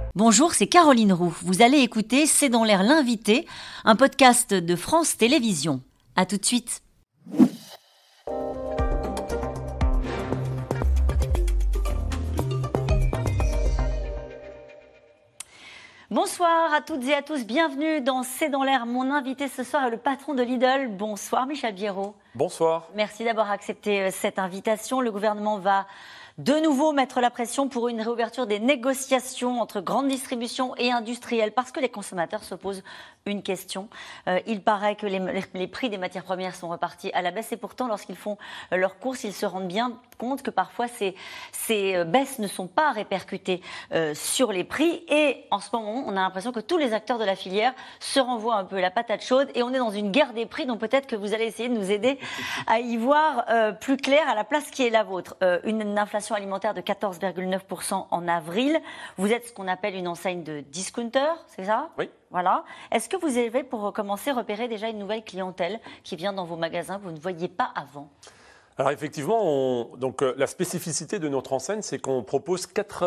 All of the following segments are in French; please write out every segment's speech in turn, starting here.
Bonjour, c'est Caroline Roux. Vous allez écouter C'est dans l'air l'invité, un podcast de France Télévisions. À tout de suite. Bonsoir à toutes et à tous, bienvenue dans C'est dans l'air. Mon invité ce soir est le patron de Lidl. Bonsoir Michel Biérot. Bonsoir. Merci d'avoir accepté cette invitation. Le gouvernement va de nouveau mettre la pression pour une réouverture des négociations entre grande distribution et industriels parce que les consommateurs se posent une question. Il paraît que les prix des matières premières sont repartis à la baisse et pourtant lorsqu'ils font leurs courses, ils se rendent bien compte que parfois ces baisses ne sont pas répercutées sur les prix et en ce moment on a l'impression que tous les acteurs de la filière se renvoient un peu la patate chaude et on est dans une guerre des prix, donc peut-être que vous allez essayer de nous aider à y voir plus clair à la place qui est la vôtre. Une inflation alimentaire de 14,9% en avril. Vous êtes ce qu'on appelle une enseigne de discounter, c'est ça ? Oui. Voilà. Est-ce que vous avez, pour commencer, repéré déjà une nouvelle clientèle qui vient dans vos magasins que vous ne voyiez pas avant ? Alors effectivement, la spécificité de notre enseigne, c'est qu'on propose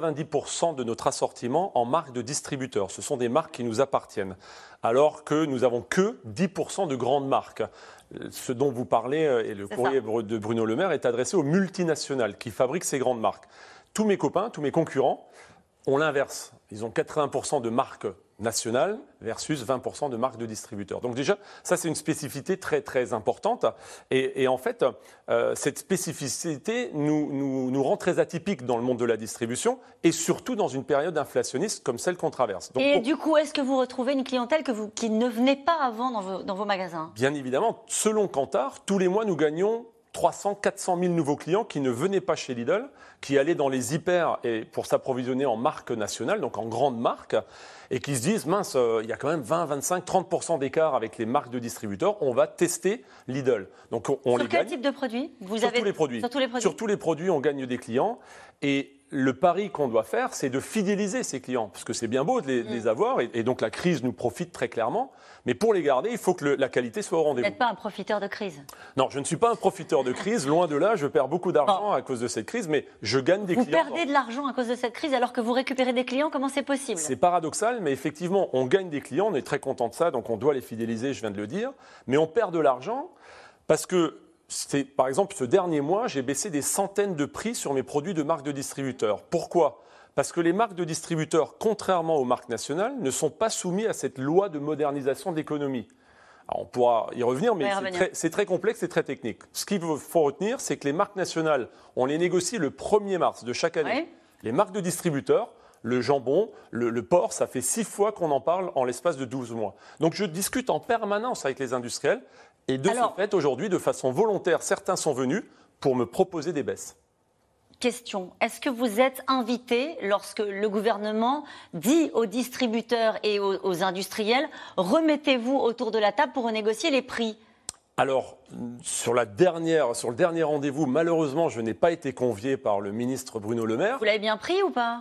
90% de notre assortiment en marque de distributeurs. Ce sont des marques qui nous appartiennent, alors que nous n'avons que 10% de grandes marques. Ce dont vous parlez, et le courrier de Bruno Le Maire, est adressé aux multinationales qui fabriquent ces grandes marques. Tous mes copains, tous mes concurrents ont l'inverse. Ils ont 80% de marques nationales versus 20% de marques de distributeurs. Donc déjà, ça c'est une spécificité très très importante. Et en fait, cette spécificité nous rend très atypiques dans le monde de la distribution et surtout dans une période inflationniste comme celle qu'on traverse. Donc, du coup, est-ce que vous retrouvez une clientèle qui ne venait pas avant dans vos magasins ? Bien évidemment, selon Kantar, tous les mois nous gagnons 300 400 000 nouveaux clients qui ne venaient pas chez Lidl, qui allaient dans les hyper et pour s'approvisionner en marque nationale, donc en grande marque, et qui se disent, mince, il y a quand même 20, 25, 30% d'écart avec les marques de distributeurs, on va tester Lidl. Donc on les gagne. Sur quel type de produit ? Sur tous les produits. Sur tous les produits, on gagne des clients. Et le pari qu'on doit faire, c'est de fidéliser ces clients, parce que c'est bien beau de les avoir, et donc la crise nous profite très clairement. Mais pour les garder, il faut que la qualité soit au rendez-vous. Vous n'êtes pas un profiteur de crise ? Non, je ne suis pas un profiteur de crise, loin de là, je perds beaucoup d'argent à cause de cette crise, mais je gagne des clients. Vous perdez de l'argent à cause de cette crise alors que vous récupérez des clients, comment c'est possible ? C'est paradoxal, mais effectivement, on gagne des clients, on est très content de ça, donc on doit les fidéliser, je viens de le dire, mais on perd de l'argent parce que, par exemple, ce dernier mois, j'ai baissé des centaines de prix sur mes produits de marques de distributeurs. Pourquoi ? Parce que les marques de distributeurs, contrairement aux marques nationales, ne sont pas soumises à cette loi de modernisation de l'économie. Alors, on pourra y revenir, mais c'est très complexe et très technique. Ce qu'il faut retenir, c'est que les marques nationales, on les négocie le 1er mars de chaque année. Oui. Les marques de distributeurs, le jambon, le porc, ça fait 6 fois qu'on en parle en l'espace de 12 mois. Donc je discute en permanence avec les industriels et de ce fait, aujourd'hui, de façon volontaire, certains sont venus pour me proposer des baisses. Question, est-ce que vous êtes invité lorsque le gouvernement dit aux distributeurs et aux industriels « remettez-vous autour de la table pour renégocier les prix » ? Alors, sur le dernier rendez-vous, malheureusement, je n'ai pas été convié par le ministre Bruno Le Maire. Vous l'avez bien pris ou pas ?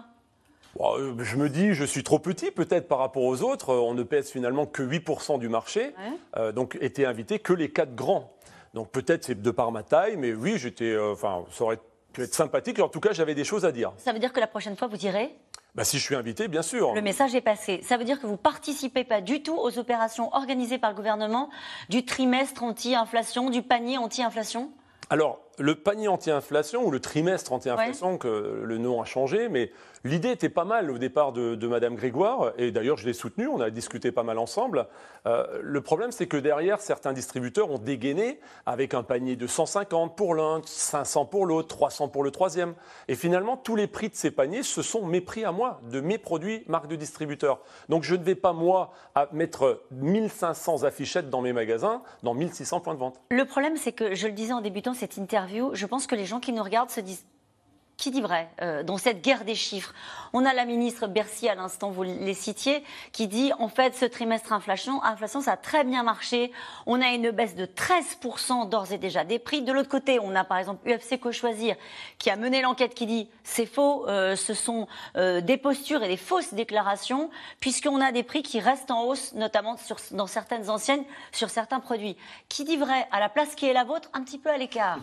Je me dis, je suis trop petit peut-être par rapport aux autres. On ne pèse finalement que 8% du marché. Ouais. Donc, étaient invités que les 4 grands. Donc, peut-être c'est de par ma taille, mais oui, ça aurait pu être sympathique. En tout cas, j'avais des choses à dire. Ça veut dire que la prochaine fois, vous irez ? Si je suis invité, bien sûr. Le message est passé. Ça veut dire que vous ne participez pas du tout aux opérations organisées par le gouvernement du trimestre anti-inflation, du panier anti-inflation ? Alors, le panier anti-inflation ou le trimestre anti-inflation, que le nom a changé, mais l'idée était pas mal au départ de Madame Grégoire, et d'ailleurs je l'ai soutenue, on a discuté pas mal ensemble. Le problème, c'est que derrière, certains distributeurs ont dégainé avec un panier de 150 pour l'un, 500 pour l'autre, 300 pour le troisième. Et finalement, tous les prix de ces paniers, ce sont mes prix à moi, de mes produits marques de distributeurs. Donc je ne vais pas, moi, mettre 1500 affichettes dans mes magasins, dans 1600 points de vente. Le problème, c'est que, je le disais en débutant cette interview, je pense que les gens qui nous regardent se disent qui dit vrai dans cette guerre des chiffres. On a la ministre Bercy à l'instant, vous les citiez, qui dit en fait ce trimestre inflation ça a très bien marché. On a une baisse de 13% d'ores et déjà des prix. De l'autre côté, on a par exemple UFC Co Choisir qui a mené l'enquête qui dit c'est faux, ce sont des postures et des fausses déclarations puisqu'on a des prix qui restent en hausse, notamment dans certaines enseignes, sur certains produits. Qui dit vrai à la place qui est la vôtre, un petit peu à l'écart.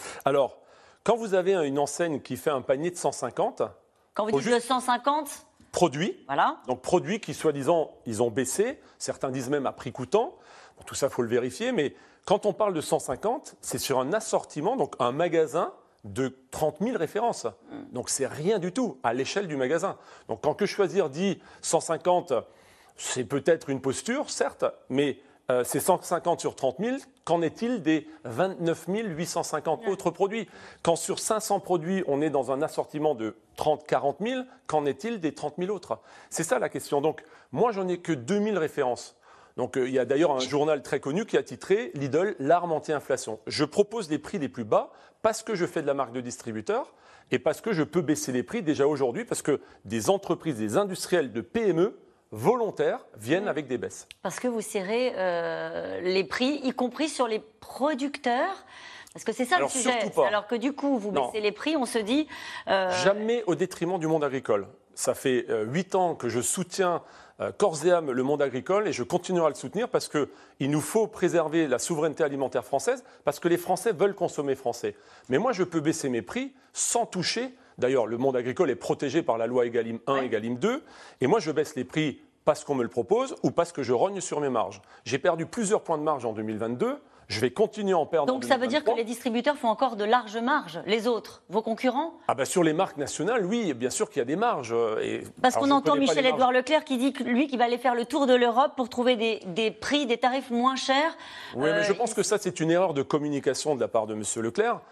Alors, quand vous avez une enseigne qui fait un panier de 150... Quand vous dites de 150, produits. Voilà. Donc produits qui, soi-disant, ils ont baissé. Certains disent même à prix coûtant. Bon, tout ça, il faut le vérifier. Mais quand on parle de 150, c'est sur un assortiment, donc un magasin de 30 000 références. Donc c'est rien du tout à l'échelle du magasin. Donc quand Que Choisir dit 150, c'est peut-être une posture, certes, mais c'est 150 sur 30 000. Qu'en est-il des 29 850 autres produits? Quand sur 500 produits, on est dans un assortiment de 30-40 000, qu'en est-il des 30 000 autres? C'est ça la question. Donc moi, j'en ai que 2 000 références. Donc il y a d'ailleurs un journal très connu qui a titré « Lidl, l'arme anti-inflation ». Je propose les prix les plus bas parce que je fais de la marque de distributeur et parce que je peux baisser les prix déjà aujourd'hui parce que des entreprises, des industriels de PME volontaires viennent avec des baisses. Parce que vous serrez les prix, y compris sur les producteurs. Parce que c'est ça le sujet. Alors que du coup, vous baissez les prix, on se dit... Jamais au détriment du monde agricole. Ça fait 8 ans que je soutiens corps et âme le monde agricole et je continuerai à le soutenir parce qu'il nous faut préserver la souveraineté alimentaire française parce que les Français veulent consommer français. Mais moi, je peux baisser mes prix sans toucher. D'ailleurs, le monde agricole est protégé par la loi Egalim 1, Egalim 2. Et moi, je baisse les prix parce qu'on me le propose ou parce que je rogne sur mes marges. J'ai perdu plusieurs points de marge en 2022. Je vais continuer à en perdre. Donc ça veut dire que les distributeurs font encore de larges marges, les autres, vos concurrents? Sur les marques nationales, oui, bien sûr qu'il y a des marges. Parce qu'on entend Michel-Édouard Leclerc qui dit que lui qui va aller faire le tour de l'Europe pour trouver des prix, des tarifs moins chers. Oui, mais je pense que ça c'est une erreur de communication de la part de M. Leclerc.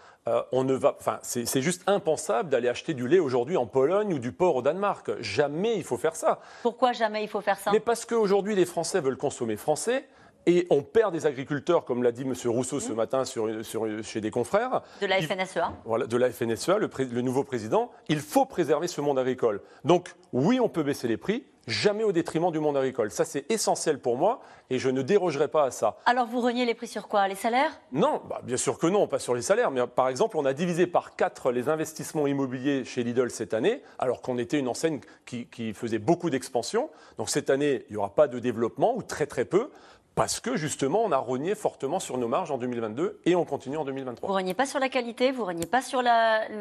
C'est juste impensable d'aller acheter du lait aujourd'hui en Pologne ou du porc au Danemark. Jamais il faut faire ça. Pourquoi jamais il faut faire ça? Mais parce qu'aujourd'hui les Français veulent consommer français. Et on perd des agriculteurs, comme l'a dit M. Rousseau ce matin chez des confrères. De la FNSEA. Voilà, de la FNSEA, le nouveau président. Il faut préserver ce monde agricole. Donc, oui, on peut baisser les prix, jamais au détriment du monde agricole. Ça, c'est essentiel pour moi et je ne dérogerai pas à ça. Alors, vous reniez les prix sur quoi? Les salaires? Non, bien sûr que non, pas sur les salaires. Mais par exemple, on a divisé par 4 les investissements immobiliers chez Lidl cette année, alors qu'on était une enseigne qui faisait beaucoup d'expansion. Donc, cette année, il n'y aura pas de développement ou très très peu. Parce que justement, on a rogné fortement sur nos marges en 2022 et on continue en 2023. Vous ne reniez pas sur la qualité, vous ne reniez pas sur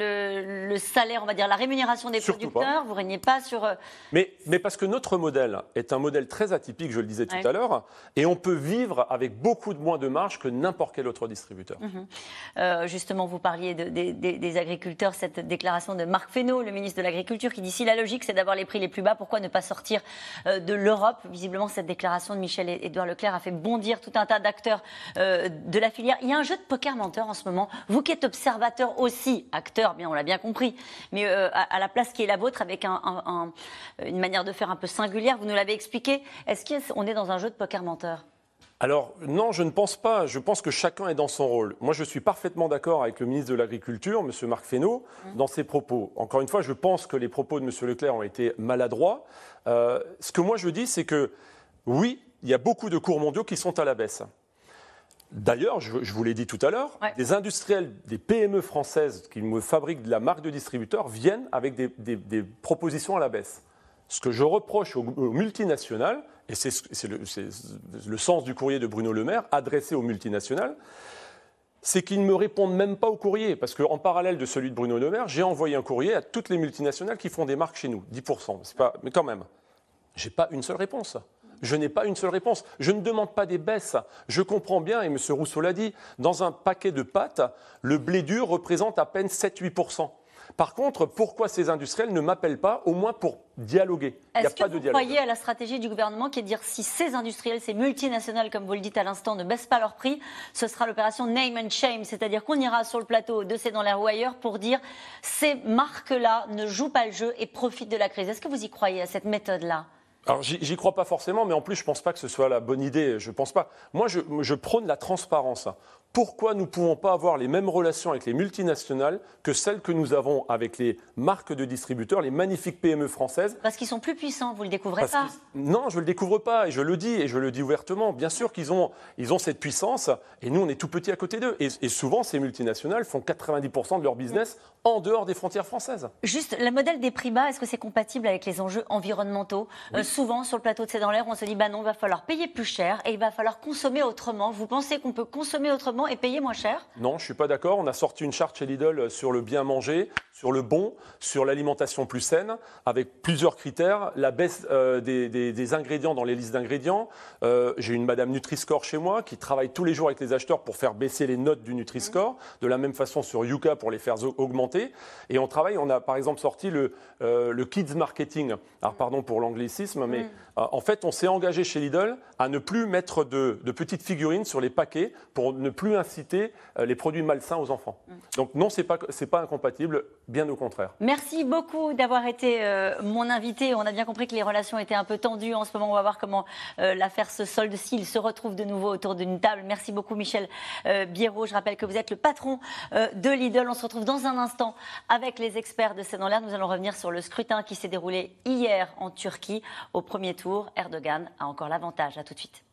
le salaire, on va dire la rémunération des producteurs, vous ne reniez pas sur... Mais parce que notre modèle est un modèle très atypique, je le disais tout à l'heure, et on peut vivre avec beaucoup moins de marge que n'importe quel autre distributeur. Justement, vous parliez des agriculteurs, cette déclaration de Marc Fesneau, le ministre de l'Agriculture, qui dit si la logique c'est d'avoir les prix les plus bas, pourquoi ne pas sortir de l'Europe? Visiblement, cette déclaration de Michel-Édouard Leclerc a fait bondir tout un tas d'acteurs de la filière. Il y a un jeu de poker menteur en ce moment. Vous qui êtes observateur aussi, acteur, bien on l'a bien compris, mais à la place qui est la vôtre, avec une manière de faire un peu singulière, vous nous l'avez expliqué. Est-ce qu'on est dans un jeu de poker menteur? Alors non, je ne pense pas. Je pense que chacun est dans son rôle. Moi, je suis parfaitement d'accord avec le ministre de l'Agriculture, M. Marc Fesneau, dans ses propos. Encore une fois, je pense que les propos de M. Leclerc ont été maladroits. Ce que moi je dis, c'est que oui, il y a beaucoup de cours mondiaux qui sont à la baisse. D'ailleurs, je vous l'ai dit tout à l'heure, des industriels, des PME françaises qui me fabriquent de la marque de distributeur viennent avec des propositions à la baisse. Ce que je reproche aux multinationales, et c'est le sens du courrier de Bruno Le Maire adressé aux multinationales, c'est qu'ils ne me répondent même pas au courrier. Parce qu'en parallèle de celui de Bruno Le Maire, j'ai envoyé un courrier à toutes les multinationales qui font des marques chez nous, 10%. Mais quand même, je n'ai pas une seule réponse. Je n'ai pas une seule réponse. Je ne demande pas des baisses. Je comprends bien, et M. Rousseau l'a dit, dans un paquet de pâtes, le blé dur représente à peine 7-8%. Par contre, pourquoi ces industriels ne m'appellent pas, au moins pour dialoguer? Il n'y a pas de dialogue. Est-ce que vous croyez à la stratégie du gouvernement qui est de dire si ces industriels, ces multinationales, comme vous le dites à l'instant, ne baissent pas leur prix, ce sera l'opération name and shame, c'est-à-dire qu'on ira sur le plateau de C'est dans l'air ou ailleurs pour dire ces marques-là ne jouent pas le jeu et profitent de la crise. Est-ce que vous y croyez à cette méthode-là? Alors, j'y crois pas forcément, mais en plus, je ne pense pas que ce soit la bonne idée. Je pense pas. Moi, je prône la transparence. Pourquoi nous ne pouvons pas avoir les mêmes relations avec les multinationales que celles que nous avons avec les marques de distributeurs, les magnifiques PME françaises? Parce qu'ils sont plus puissants, vous ne le découvrez pas? Non, je ne le découvre pas, et je le dis ouvertement. Bien sûr qu'ils ont cette puissance, et nous, on est tout petits à côté d'eux. Et souvent, ces multinationales font 90% de leur business en dehors des frontières françaises. Juste, le modèle des prix bas, est-ce que c'est compatible avec les enjeux environnementaux? Souvent, sur le plateau de C'est dans l'air, on se dit, non, il va falloir payer plus cher, et il va falloir consommer autrement. Vous pensez qu'on peut consommer autrement moment et payer moins cher? Non, je ne suis pas d'accord. On a sorti une charte chez Lidl sur le bien manger, sur le bon, sur l'alimentation plus saine, avec plusieurs critères. La baisse des ingrédients dans les listes d'ingrédients. J'ai une madame Nutri-Score chez moi qui travaille tous les jours avec les acheteurs pour faire baisser les notes du Nutri-Score. De la même façon sur Yuka pour les faire augmenter. Et on a par exemple sorti le Kids Marketing. Alors pardon pour l'anglicisme, mais en fait on s'est engagé chez Lidl à ne plus mettre de petites figurines sur les paquets pour ne plus inciter les produits malsains aux enfants. Donc non, c'est pas incompatible, bien au contraire. Merci beaucoup d'avoir été mon invité. On a bien compris que les relations étaient un peu tendues en ce moment. On va voir comment l'affaire se solde s'il se retrouve de nouveau autour d'une table. Merci beaucoup Michel Biérot. Je rappelle que vous êtes le patron de Lidl. On se retrouve dans un instant avec les experts de C'est dans l'air. Nous allons revenir sur le scrutin qui s'est déroulé hier en Turquie. Au premier tour, Erdogan a encore l'avantage. À tout de suite.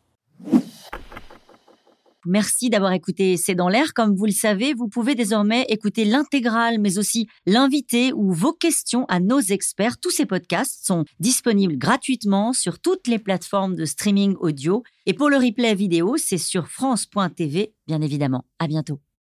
Merci d'avoir écouté C'est dans l'air. Comme vous le savez, vous pouvez désormais écouter l'intégrale, mais aussi l'invité ou vos questions à nos experts. Tous ces podcasts sont disponibles gratuitement sur toutes les plateformes de streaming audio. Et pour le replay vidéo, c'est sur France.tv, bien évidemment. À bientôt.